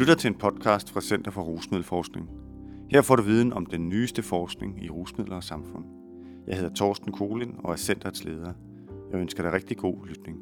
lytter til en podcast fra Center for Rusmiddelforskning. Her får du viden om den nyeste forskning i rusmidler og samfund. Jeg hedder Torsten Kolin og er centerets leder. Jeg ønsker dig rigtig god lytning.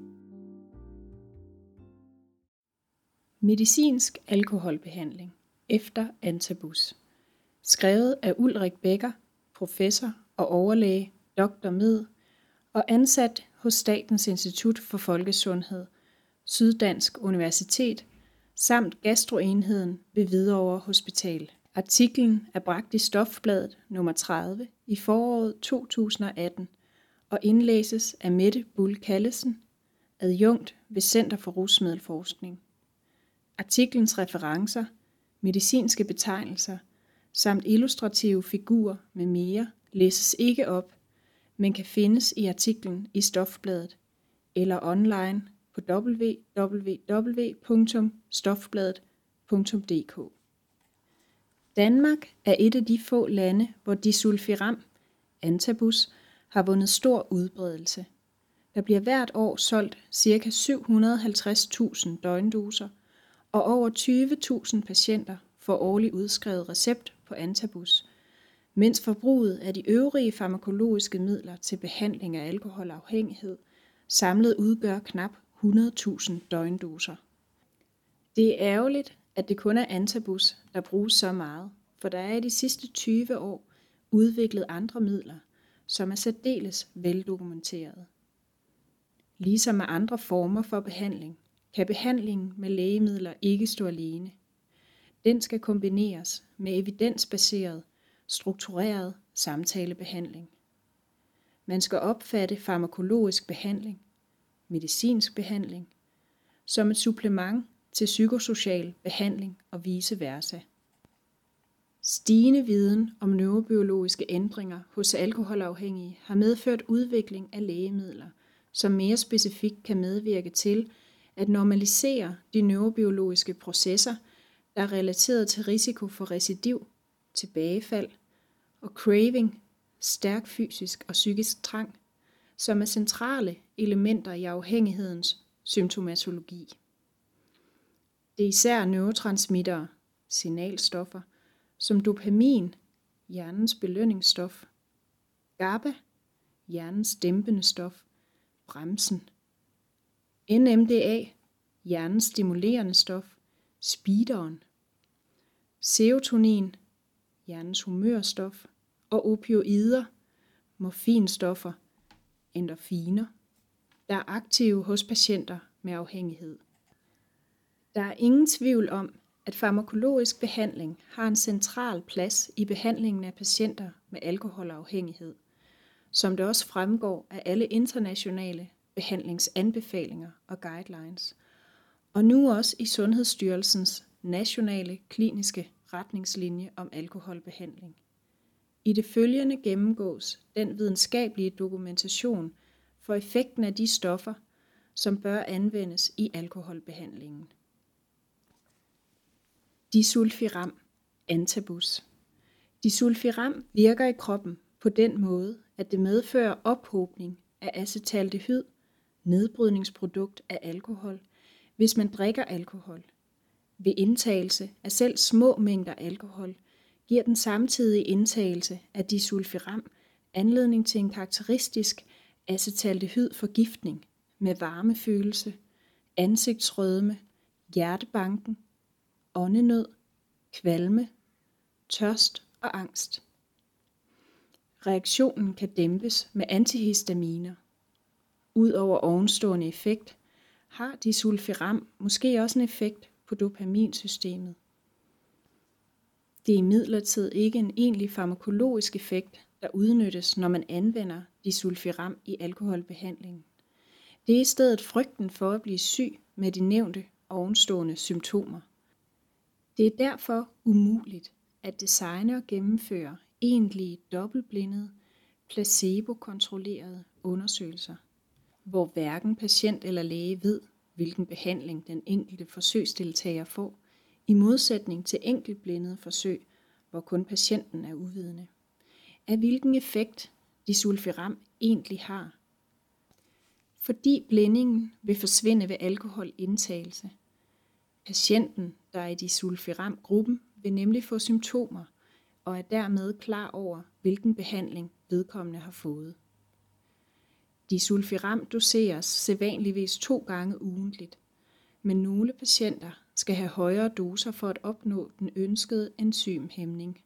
Medicinsk alkoholbehandling efter antabus. Skrevet af Ulrik Becker, professor og overlæge, Dr. Med, og ansat hos Statens Institut for Folkesundhed, Syddansk Universitet, samt gastroenheden ved Hvidovre Hospital. Artiklen er bragt i Stofbladet nummer 30 i foråret 2018 og indlæses af Mette Bull Callesen, adjunkt ved Center for Rusmiddelforskning. Artiklens referencer, medicinske betegnelser samt illustrative figurer med mere læses ikke op, men kan findes i artiklen i Stofbladet eller online på www.stofbladet.dk. Danmark er et af de få lande, hvor disulfiram, antabus, har vundet stor udbredelse. Der bliver hvert år solgt ca. 750.000 døgndoser, og over 20.000 patienter får årligt udskrevet recept på antabus, mens forbruget af de øvrige farmakologiske midler til behandling af alkoholafhængighed samlet udgør knap 100.000 døgndoser. Det er ærgerligt, at det kun er antabus, der bruges så meget, for der er i de sidste 20 år udviklet andre midler, som er særdeles veldokumenterede. Ligesom med andre former for behandling, kan behandlingen med lægemidler ikke stå alene. Den skal kombineres med evidensbaseret, struktureret samtalebehandling. Man skal opfatte farmakologisk behandling, medicinsk behandling, som et supplement til psykosocial behandling og vice versa. Stigende viden om neurobiologiske ændringer hos alkoholafhængige har medført udvikling af lægemidler, som mere specifikt kan medvirke til at normalisere de neurobiologiske processer, der er relateret til risiko for recidiv, tilbagefald og craving, stærk fysisk og psykisk trang, som er centrale elementer i afhængighedens symptomatologi. Det er især neurotransmittere, signalstoffer, som dopamin, hjernens belønningsstof, GABA, hjernens dæmpende stof, bremsen, NMDA, hjernens stimulerende stof, speederen, serotonin, hjernens humørstof, og opioider, morfinstoffer, endorfiner, der er aktive hos patienter med afhængighed. Der er ingen tvivl om, at farmakologisk behandling har en central plads i behandlingen af patienter med alkoholafhængighed, som det også fremgår af alle internationale behandlingsanbefalinger og guidelines, og nu også i Sundhedsstyrelsens nationale kliniske retningslinje om alkoholbehandling. I det følgende gennemgås den videnskabelige dokumentation for effekten af de stoffer, som bør anvendes i alkoholbehandlingen. Disulfiram, antabus. Disulfiram virker i kroppen på den måde, at det medfører ophobning af acetaldehyd, nedbrydningsprodukt af alkohol, hvis man drikker alkohol. Ved indtagelse af selv små mængder alkohol giver den samtidige indtagelse af disulfiram anledning til en karakteristisk acetaldehydforgiftning med varmefølelse, ansigtsrødme, hjertebanken, åndenød, kvalme, tørst og angst. Reaktionen kan dæmpes med antihistaminer. Udover ovenstående effekt har disulfiram måske også en effekt på dopaminsystemet. Det er imidlertid ikke en egentlig farmakologisk effekt, der udnyttes, når man anvender disulfiram i alkoholbehandlingen. Det er i stedet frygten for at blive syg med de nævnte ovenstående symptomer. Det er derfor umuligt at designe og gennemføre egentlige dobbeltblindede, placebo-kontrollerede undersøgelser, hvor hverken patient eller læge ved, hvilken behandling den enkelte forsøgsdeltager får, i modsætning til enkeltblindede forsøg, hvor kun patienten er uvidende. Af hvilken effekt disulfiram egentlig har. Fordi blændingen vil forsvinde ved alkoholindtagelse. Patienten, der er i disulfiram-gruppen, vil nemlig få symptomer og er dermed klar over, hvilken behandling vedkommende har fået. Disulfiram doseres sædvanligvis 2 gange ugentligt, men nogle patienter skal have højere doser for at opnå den ønskede enzymhæmning.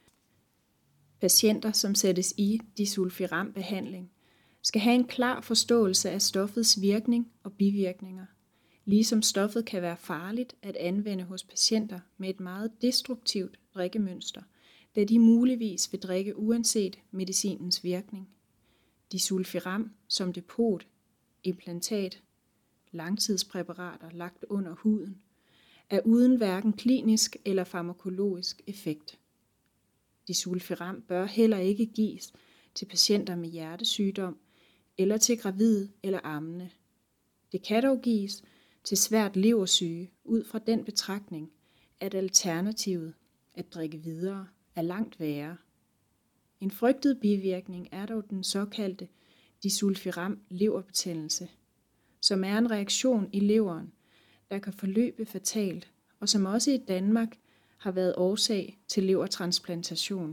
Patienter, som sættes i disulfiram-behandling, skal have en klar forståelse af stoffets virkning og bivirkninger, ligesom stoffet kan være farligt at anvende hos patienter med et meget destruktivt drikkemønster, da de muligvis vil drikke uanset medicinens virkning. Disulfiram som depot, implantat, langtidspræparater lagt under huden, er uden hverken klinisk eller farmakologisk effekt. Disulfiram bør heller ikke gives til patienter med hjertesygdom eller til gravide eller ammende. Det kan dog gives til svært leversyge ud fra den betragtning, at alternativet at drikke videre er langt værre. En frygtet bivirkning er dog den såkaldte disulfiram-leverbetændelse, som er en reaktion i leveren, der kan forløbe fatalt, og som også i Danmark har været årsag til levertransplantation.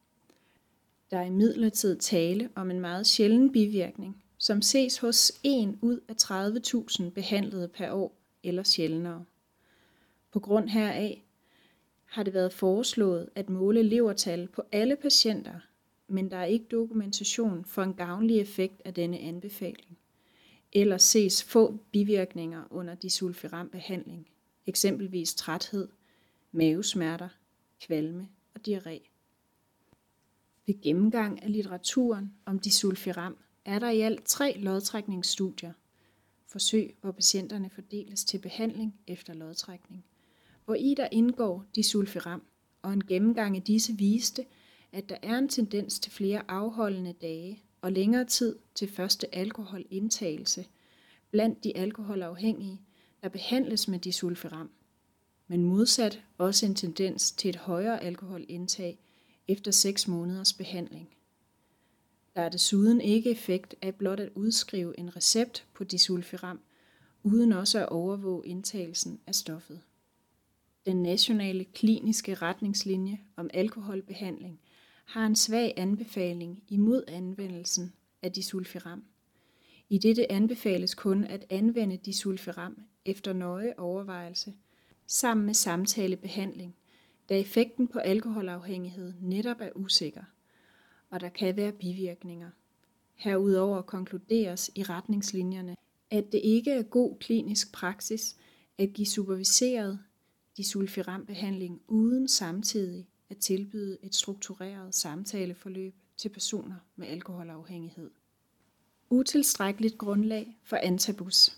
Der er imidlertid tale om en meget sjælden bivirkning, som ses hos 1 ud af 30.000 behandlede per år eller sjældnere. På grund heraf har det været foreslået at måle levertal på alle patienter, men der er ikke dokumentation for en gavnlig effekt af denne anbefaling. Ellers ses få bivirkninger under disulfiram-behandling, eksempelvis træthed, mavesmerter, kvalme og diarré. Ved gennemgang af litteraturen om disulfiram er der i alt 3 lodtrækningsstudier, forsøg, hvor patienterne fordeles til behandling efter lodtrækning, hvor i der indgår disulfiram, og en gennemgang af disse viste, at der er en tendens til flere afholdende dage og længere tid til første alkoholindtagelse blandt de alkoholafhængige, der behandles med disulfiram, men modsat også en tendens til et højere alkoholindtag efter 6 måneders behandling. Der er desuden ikke effekt af blot at udskrive en recept på disulfiram, uden også at overvåge indtagelsen af stoffet. Den nationale kliniske retningslinje om alkoholbehandling har en svag anbefaling imod anvendelsen af disulfiram. I dette anbefales kun at anvende disulfiram efter nøje overvejelse sammen med samtalebehandling, da effekten på alkoholafhængighed netop er usikker, og der kan være bivirkninger. Herudover konkluderes i retningslinjerne, at det ikke er god klinisk praksis at give superviseret disulfiram-behandling uden samtidig at tilbyde et struktureret samtaleforløb til personer med alkoholafhængighed. Utilstrækkeligt grundlag for antabus.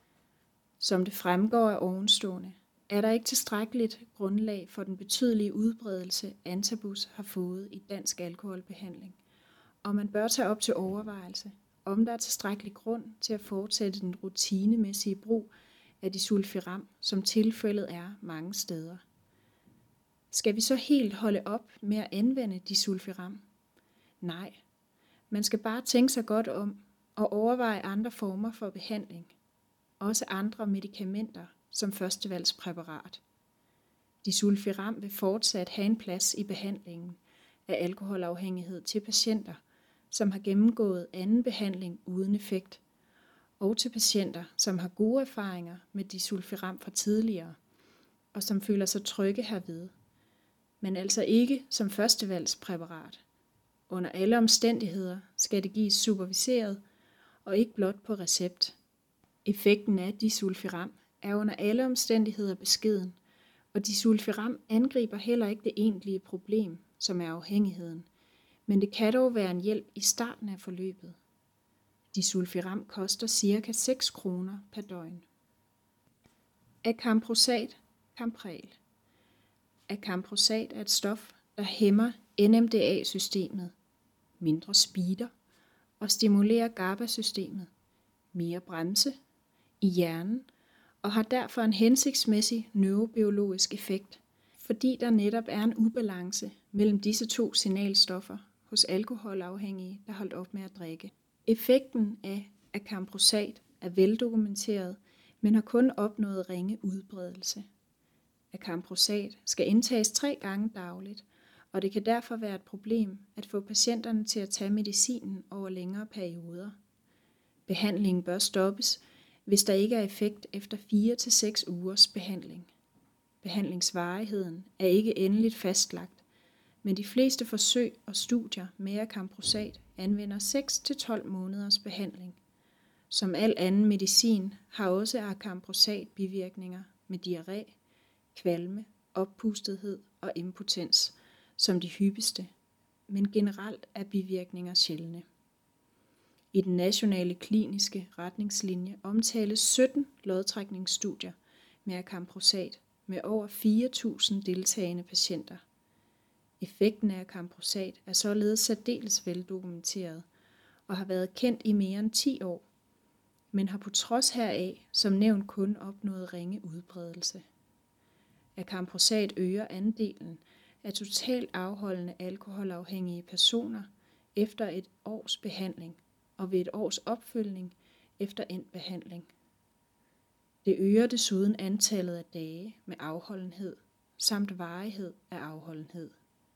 Som det fremgår af ovenstående, er der ikke tilstrækkeligt grundlag for den betydelige udbredelse antabus har fået i dansk alkoholbehandling, og man bør tage op til overvejelse, om der er tilstrækkelig grund til at fortsætte den rutinemæssige brug af disulfiram, som tilfældet er mange steder. Skal vi så helt holde op med at anvende disulfiram? Nej, man skal bare tænke sig godt om og overveje andre former for behandling, også andre medikamenter som førstevalgspræparat. Disulfiram vil fortsat have en plads i behandlingen af alkoholafhængighed til patienter, som har gennemgået anden behandling uden effekt, og til patienter, som har gode erfaringer med disulfiram fra tidligere, og som føler sig trygge herved, men altså ikke som førstevalgspræparat. Under alle omstændigheder skal det gives superviseret og ikke blot på recept. Effekten af disulfiram er under alle omstændigheder beskeden, og disulfiram angriber heller ikke det egentlige problem, som er afhængigheden, men det kan dog være en hjælp i starten af forløbet. Disulfiram koster ca. 6 kroner per døgn. Acamprosat, Campral. Acamprosat er et stof, der hæmmer NMDA-systemet, mindre speeder og stimulerer GABA-systemet, mere bremse i hjernen og har derfor en hensigtsmæssig neurobiologisk effekt, fordi der netop er en ubalance mellem disse 2 signalstoffer hos alkoholafhængige, der holdt op med at drikke. Effekten af acamprosat er veldokumenteret, men har kun opnået ringe udbredelse. Acamprosat skal indtages 3 gange dagligt, og det kan derfor være et problem at få patienterne til at tage medicinen over længere perioder. Behandlingen bør stoppes, hvis der ikke er effekt efter 4 til 6 ugers behandling. Behandlingsvarigheden er ikke endeligt fastlagt, men de fleste forsøg og studier med acamprosat anvender 6 til 12 måneders behandling. Som al anden medicin har også acamprosat bivirkninger med diarré, kvalme, oppustethed og impotens som de hyppigste, men generelt er bivirkninger sjældne. I den nationale kliniske retningslinje omtales 17 lodtrækningsstudier med acamprosat med over 4.000 deltagende patienter. Effekten af acamprosat er således særdeles veldokumenteret og har været kendt i mere end 10 år, men har på trods heraf som nævnt kun opnået ringe udbredelse. Acamprosat øger andelen af totalt afholdende alkoholafhængige personer efter et års behandling og ved et års opfølgning efter endt behandling. Det øger desuden antallet af dage med afholdenhed samt varighed af afholdenhed.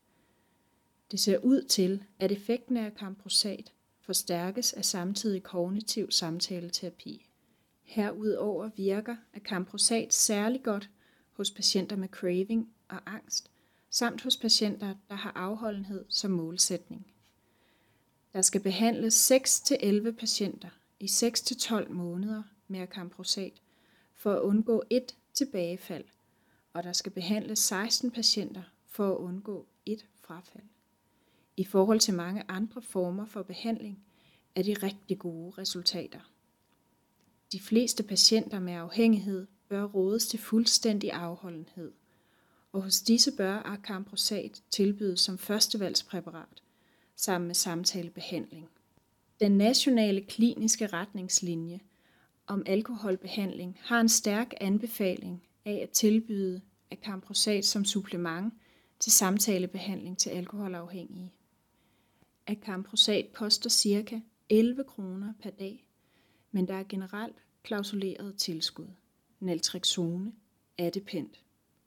Det ser ud til, at effekten af acamprosat forstærkes af samtidig kognitiv samtaleterapi. Herudover virker acamprosat særlig godt hos patienter med craving og angst, samt hos patienter, der har afholdenhed som målsætning. Der skal behandles 6 til 11 patienter i 6 til 12 måneder med acamprosat for at undgå et tilbagefald, og der skal behandles 16 patienter for at undgå et frafald. I forhold til mange andre former for behandling er det rigtig gode resultater. De fleste patienter med afhængighed bør rådes til fuldstændig afholdenhed, og hos disse bør acamprosat tilbydes som førstevalgspræparat sammen med samtalebehandling. Den nationale kliniske retningslinje om alkoholbehandling har en stærk anbefaling af at tilbyde acamprosat som supplement til samtalebehandling til alkoholafhængige. Acamprosat koster ca. 11 kroner per dag, men der er generelt klausuleret tilskud. Naltrexone er dependent.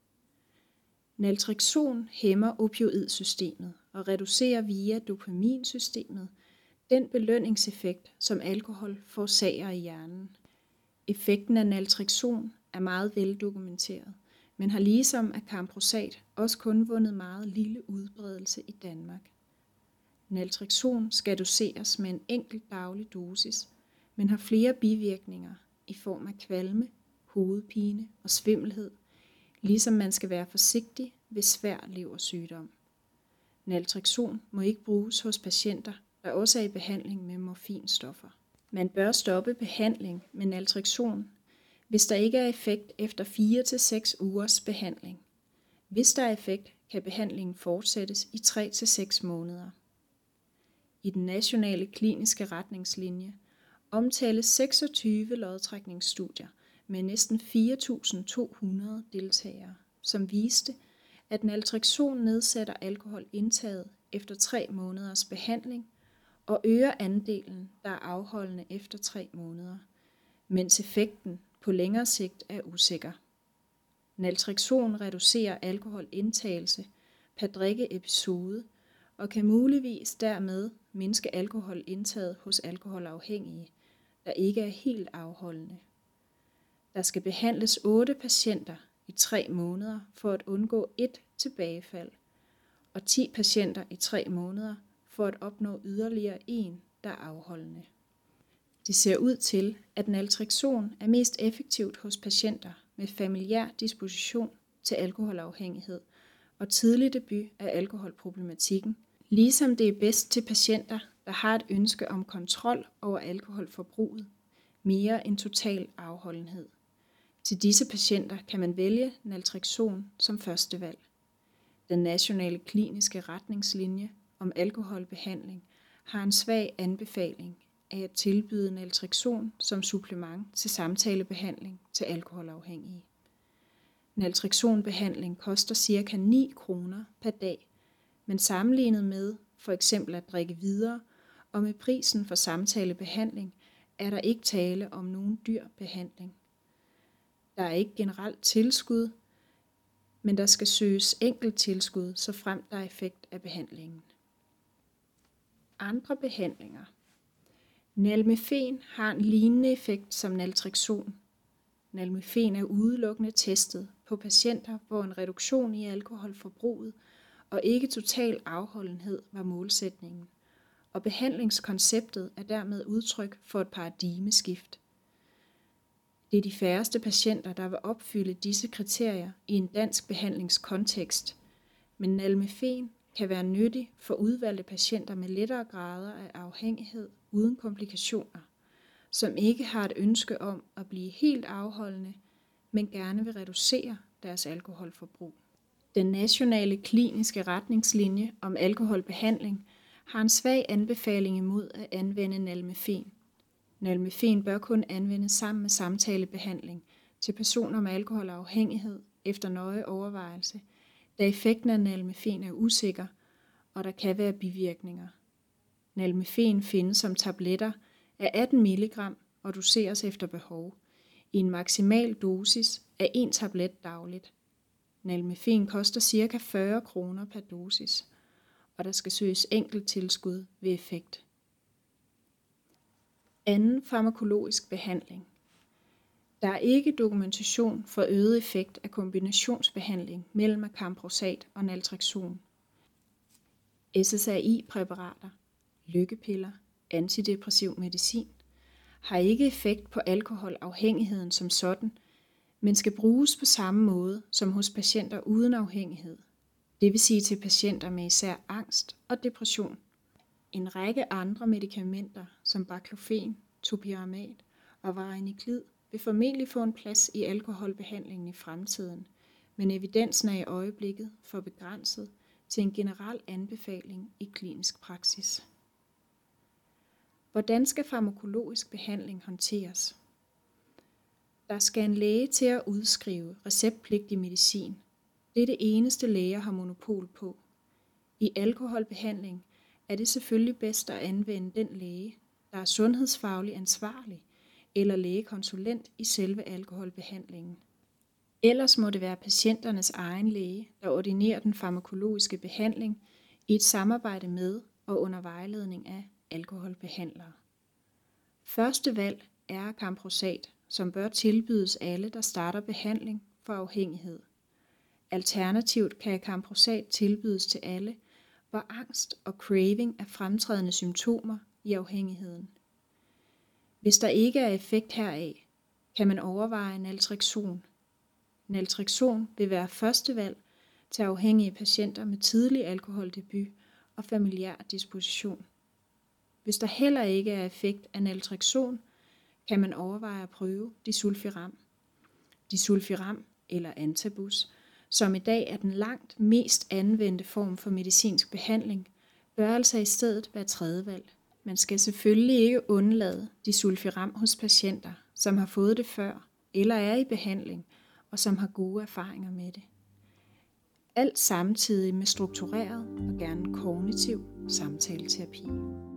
Naltrexon hæmmer opioidsystemet og reducerer via dopaminsystemet den belønningseffekt, som alkohol forårsager i hjernen. Effekten af naltrexon er meget veldokumenteret, men har ligesom acamprosat også kun vundet meget lille udbredelse i Danmark. Naltrexon skal doseres med en enkelt daglig dosis, men har flere bivirkninger i form af kvalme, hovedpine og svimmelhed, ligesom man skal være forsigtig ved svær leversygdom. Naltrexon må ikke bruges hos patienter, der også er i behandling med morfinstoffer. Man bør stoppe behandling med naltrexon, hvis der ikke er effekt efter 4 til 6 ugers behandling. Hvis der er effekt, kan behandlingen fortsættes i 3 til 6 måneder. I den nationale kliniske retningslinje omtales 26 lodtrækningsstudier med næsten 4.200 deltagere, som viste, at naltrexon nedsætter alkoholindtaget efter 3 måneders behandling og øger andelen, der er afholdende efter 3 måneder, mens effekten på længere sigt er usikker. Naltrexon reducerer alkoholindtagelse per drikkeepisode og kan muligvis dermed mindske alkoholindtaget hos alkoholafhængige, der ikke er helt afholdende. Der skal behandles 8 patienter i 3 måneder for at undgå et tilbagefald, og 10 patienter i 3 måneder for at opnå yderligere en, der er afholdende. Det ser ud til, at naltrexon er mest effektivt hos patienter med familiær disposition til alkoholafhængighed og tidlig debut af alkoholproblematikken, ligesom det er bedst til patienter, der har et ønske om kontrol over alkoholforbruget, mere end total afholdenhed. Til disse patienter kan man vælge naltrexon som førstevalg. Den nationale kliniske retningslinje om alkoholbehandling har en svag anbefaling af at tilbyde naltrexon som supplement til samtalebehandling til alkoholafhængige. Naltrexonbehandling koster ca. 9 kroner per dag, men sammenlignet med for eksempel at drikke videre og med prisen for samtalebehandling, er der ikke tale om nogen dyr behandling. Der er ikke generelt tilskud men der skal søges enkelttilskud, så frem der er effekt af behandlingen. Andre behandlinger. Nalmefen har en lignende effekt som naltrexon. Nalmefen er udelukkende testet på patienter, hvor en reduktion i alkoholforbruget og ikke total afholdenhed var målsætningen, og behandlingskonceptet er dermed udtryk for et paradigmeskift. Det er de færreste patienter, der vil opfylde disse kriterier i en dansk behandlingskontekst, men nalmefen kan være nyttig for udvalgte patienter med lettere grader af afhængighed uden komplikationer, som ikke har et ønske om at blive helt afholdende, men gerne vil reducere deres alkoholforbrug. Den nationale kliniske retningslinje om alkoholbehandling har en svag anbefaling imod at anvende nalmefen. Nalmefen bør kun anvendes sammen med samtalebehandling til personer med alkoholafhængighed efter nøje overvejelse, da effekten af nalmefen er usikker, og der kan være bivirkninger. Nalmefen findes som tabletter af 18 mg og doseres efter behov, i en maksimal dosis af 1 tablet dagligt. Nalmefen koster ca. 40 kr. per dosis, og der skal søges enkelttilskud ved effekt. Anden farmakologisk behandling. Der er ikke dokumentation for øget effekt af kombinationsbehandling mellem acamprosat og naltrexon. SSRI-præparater, lykkepiller, antidepressiv medicin har ikke effekt på alkoholafhængigheden som sådan, men skal bruges på samme måde som hos patienter uden afhængighed, det vil sige til patienter med især angst og depression. En række andre medicamenter som baclofen, topiramat og vareniclid vil formentlig få en plads i alkoholbehandlingen i fremtiden, men evidensen er i øjeblikket for begrænset til en generel anbefaling i klinisk praksis. Hvordan skal farmakologisk behandling håndteres? Der skal en læge til at udskrive receptpligtig medicin. Det er det eneste læger har monopol på. I alkoholbehandling er det selvfølgelig bedst at anvende den læge, der er sundhedsfaglig ansvarlig eller lægekonsulent i selve alkoholbehandlingen. Ellers må det være patienternes egen læge, der ordinerer den farmakologiske behandling i et samarbejde med og under vejledning af alkoholbehandlere. Første valg er acamprosat, som bør tilbydes alle, der starter behandling for afhængighed. Alternativt kan acamprosat tilbydes til alle, hvor angst og craving er fremtrædende symptomer i afhængigheden. Hvis der ikke er effekt heraf, kan man overveje naltrexon. Naltrexon vil være første valg til afhængige patienter med tidlig alkoholdebut og familiær disposition. Hvis der heller ikke er effekt af naltrexon, kan man overveje at prøve disulfiram. Disulfiram eller antabus, som i dag er den langt mest anvendte form for medicinsk behandling, bør altså i stedet være tredje valg. Man skal selvfølgelig ikke undlade disulfiram hos patienter, som har fået det før eller er i behandling, og som har gode erfaringer med det. Alt samtidig med struktureret og gerne kognitiv samtaleterapi.